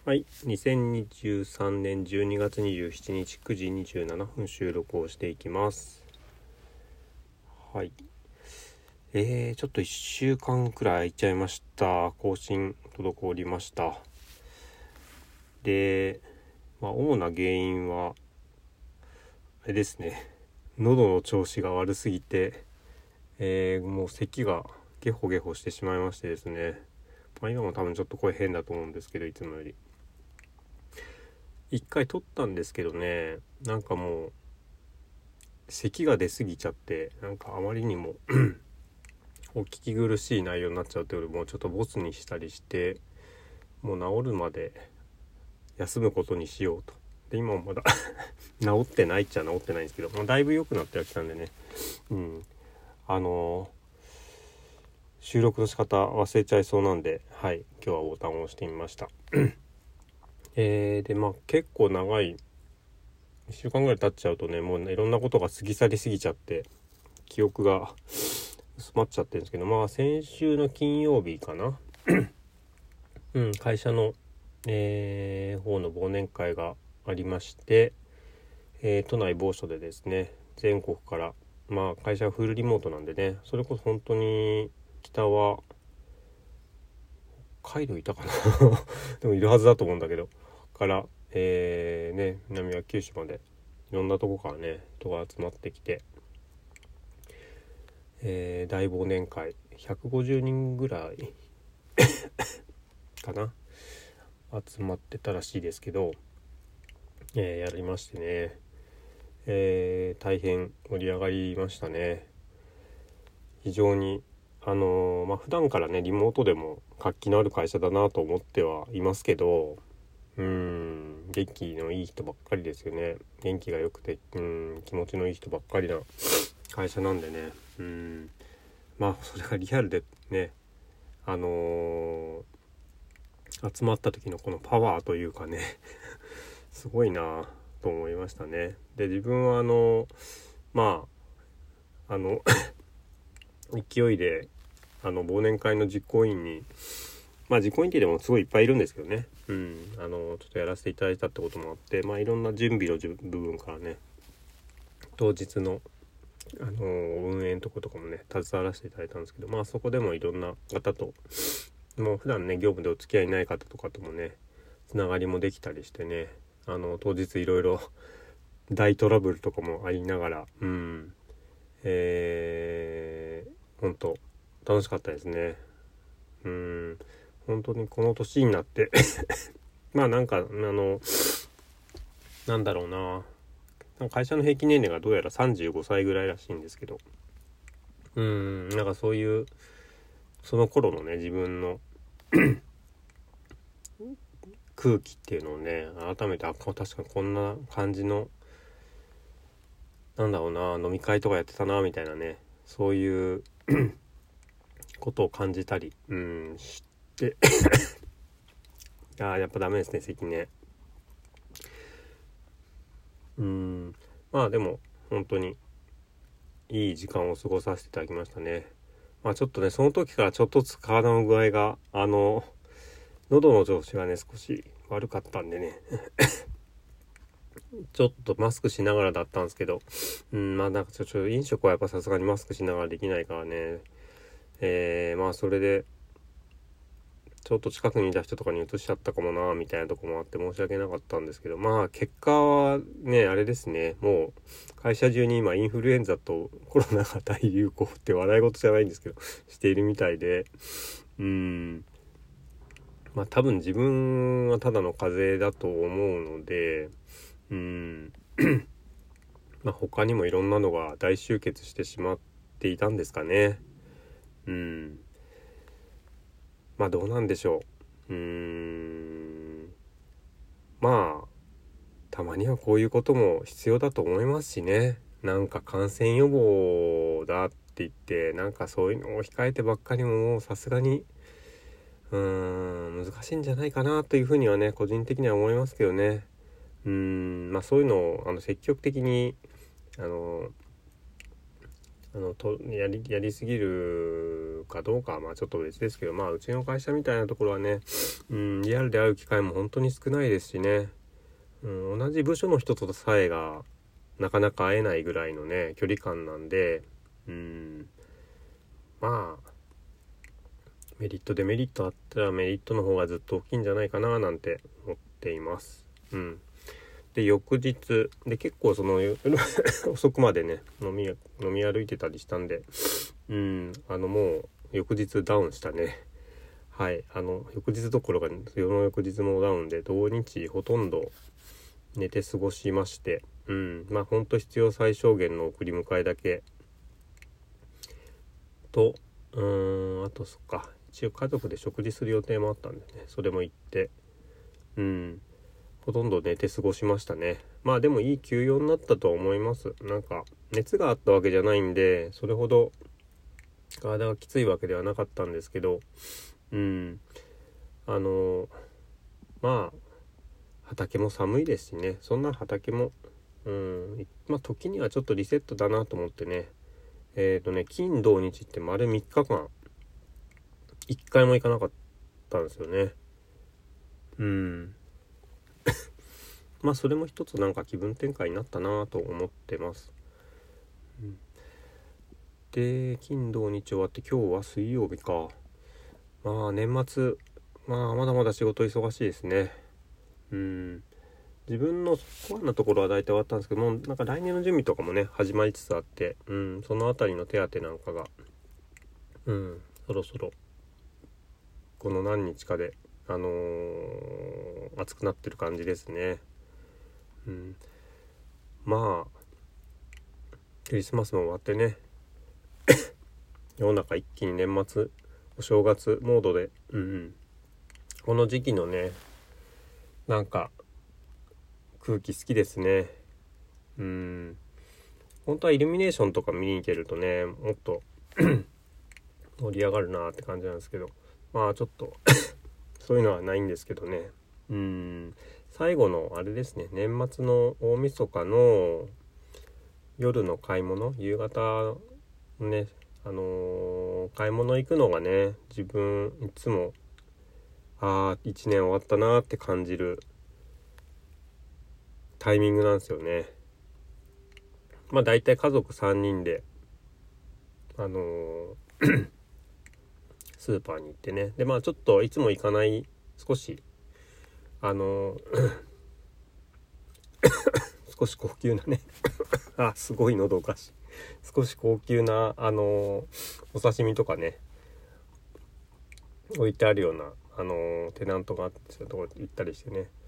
はい、2023年12月27日9時27分収録をしていきます。はい。ちょっと1週間くらい空いちゃいました。更新滞りました。で、主な原因は、あれですね。喉の調子が悪すぎて、もう咳がゲホゲホしてしまいましてですね。今も多分ちょっと声変だと思うんですけど、いつもより。一回撮ったんですけどね、なんかもう咳が出すぎちゃって、なんかあまりにもお聞き苦しい内容になっちゃうというよりもちょっとボツにしたりして、もう治るまで休むことにしようと。で今もまだ治ってないっちゃ治ってないんですけど、だいぶ良くなってはきたんでね、収録の仕方忘れちゃいそうなんで、はい、今日はボタンを押してみましたで結構長い1週間ぐらい経っちゃうとね、もういろんなことが過ぎ去りすぎちゃって記憶が薄まっちゃってるんですけど、先週の金曜日かな会社の、方の忘年会がありまして、都内某所でですね、全国から会社はフルリモートなんでね、それこそ本当に北は北海道いたかなでもいるはずだと思うんだけどから南は九州までいろんなとこからね人が集まってきて、大忘年会150人ぐらいかな集まってたらしいですけど、やりましてね、大変盛り上がりましたね。非常に普段からねリモートでも活気のある会社だなと思ってはいますけど、元気のいい人ばっかりですよね。元気が良くて気持ちのいい人ばっかりな会社なんでね、それがリアルでね集まった時のこのパワーというかねすごいなと思いましたね。で自分は勢いで忘年会の実行委員に実行委員ってでもすごいいっぱいいるんですけどね、ちょっとやらせていただいたってこともあって、いろんな準備の部分からね当日の運営のとことかもね携わらせていただいたんですけど、そこでもいろんな方ともう普段ね業務でお付き合いない方とかともねつながりもできたりしてね、当日いろいろ大トラブルとかもありながら本当楽しかったですね。本当にこの年になってなんだろうな、会社の平均年齢がどうやら35歳ぐらいらしいんですけど、そういうその頃のね自分の空気っていうのをね改めて確かにこんな感じの飲み会とかやってたなみたいなね、そういうことを感じたりしてやっぱダメですね咳ね。でも本当にいい時間を過ごさせていただきましたね。ちょっとねその時からちょっとずつ体の具合が喉の調子がね少し悪かったんでねちょっとマスクしながらだったんですけど、ちょっと飲食はやっぱさすがにマスクしながらできないからね、それでちょっと近くにいた人とかに移しちゃったかもなみたいなとこもあって申し訳なかったんですけど、結果はねあれですね、もう会社中に今インフルエンザとコロナが大流行って笑い事じゃないんですけどしているみたいで、多分自分はただの風邪だと思うので他にもいろんなのが大集結してしまっていたんですかね。どうなんでしょう。たまにはこういうことも必要だと思いますしね。感染予防だって言ってそういうのを控えてばっかりもさすがに難しいんじゃないかなというふうにはね個人的には思いますけどね。そういうのを積極的にやりすぎるかどうかはまあちょっと別ですけど、まあうちの会社みたいなところはね、リアルで会う機会も本当に少ないですしね、同じ部署の人とさえがなかなか会えないぐらいのね距離感なんで、まあメリットデメリットあったらメリットの方がずっと大きいんじゃないかななんて思っています。で翌日で結構その遅くまでね飲み歩いてたりしたんで、もう翌日ダウンしたね。はい、翌日どころか世の翌日もダウンで土日ほとんど寝て過ごしまして、まあほんと必要最小限の送り迎えだけと、あとそっか、一応家族で食事する予定もあったんでね、それも行って、ほとんど寝て過ごしましたね。まあでもいい休養になったとは思います。なんか熱があったわけじゃないんで、それほど体がきついわけではなかったんですけど、まあ畑も寒いですしね、そんな畑もまあ時にはちょっとリセットだなと思ってね、金土日って丸3日間1回も行かなかったんですよね。まあそれも一つなんか気分転換になったなと思ってます。で金土日終わって今日は水曜日か。まあ年末まだまだ仕事忙しいですね。自分のコアなところは大体終わったんですけども、なんか来年の準備とかもね始まりつつあって、そのあたりの手当なんかがそろそろこの何日かで熱くなってる感じですね。まあクリスマスも終わってね世の中一気に年末お正月モードで、この時期のねなんか空気好きですね。本当はイルミネーションとか見に行けるとねもっと盛り上がるなって感じなんですけど、まあちょっとそういうのはないんですけどね。最後のあれですね、年末の大晦日の夜の買い物、夕方ね買い物行くのがね自分いつも1年終わったなって感じるタイミングなんですよね。まあだいたい家族3人でスーパーに行ってね、でまあちょっといつも行かない少し少し高級なねすごい喉おかしい、少し高級なお刺身とかね置いてあるようなテナントがあってそういうとこ行ったりしてね、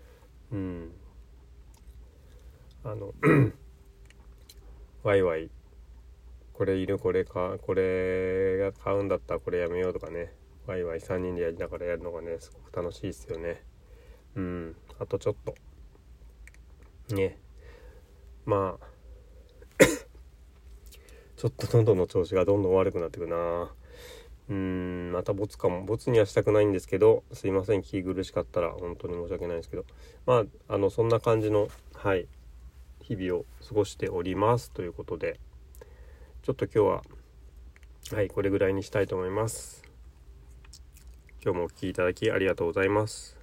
ワイワイこれが買うんだったらこれやめようとかね、ワイワイ3人でやりながらやるのがねすごく楽しいですよね。あとちょっとねまあちょっと喉の調子がどんどん悪くなってくな。またボツにはしたくないんですけど、すいません聞き苦しかったら本当に申し訳ないんですけど、まあそんな感じの日々を過ごしておりますということで、ちょっと今日はこれぐらいにしたいと思います。今日もお聞きいただきありがとうございます。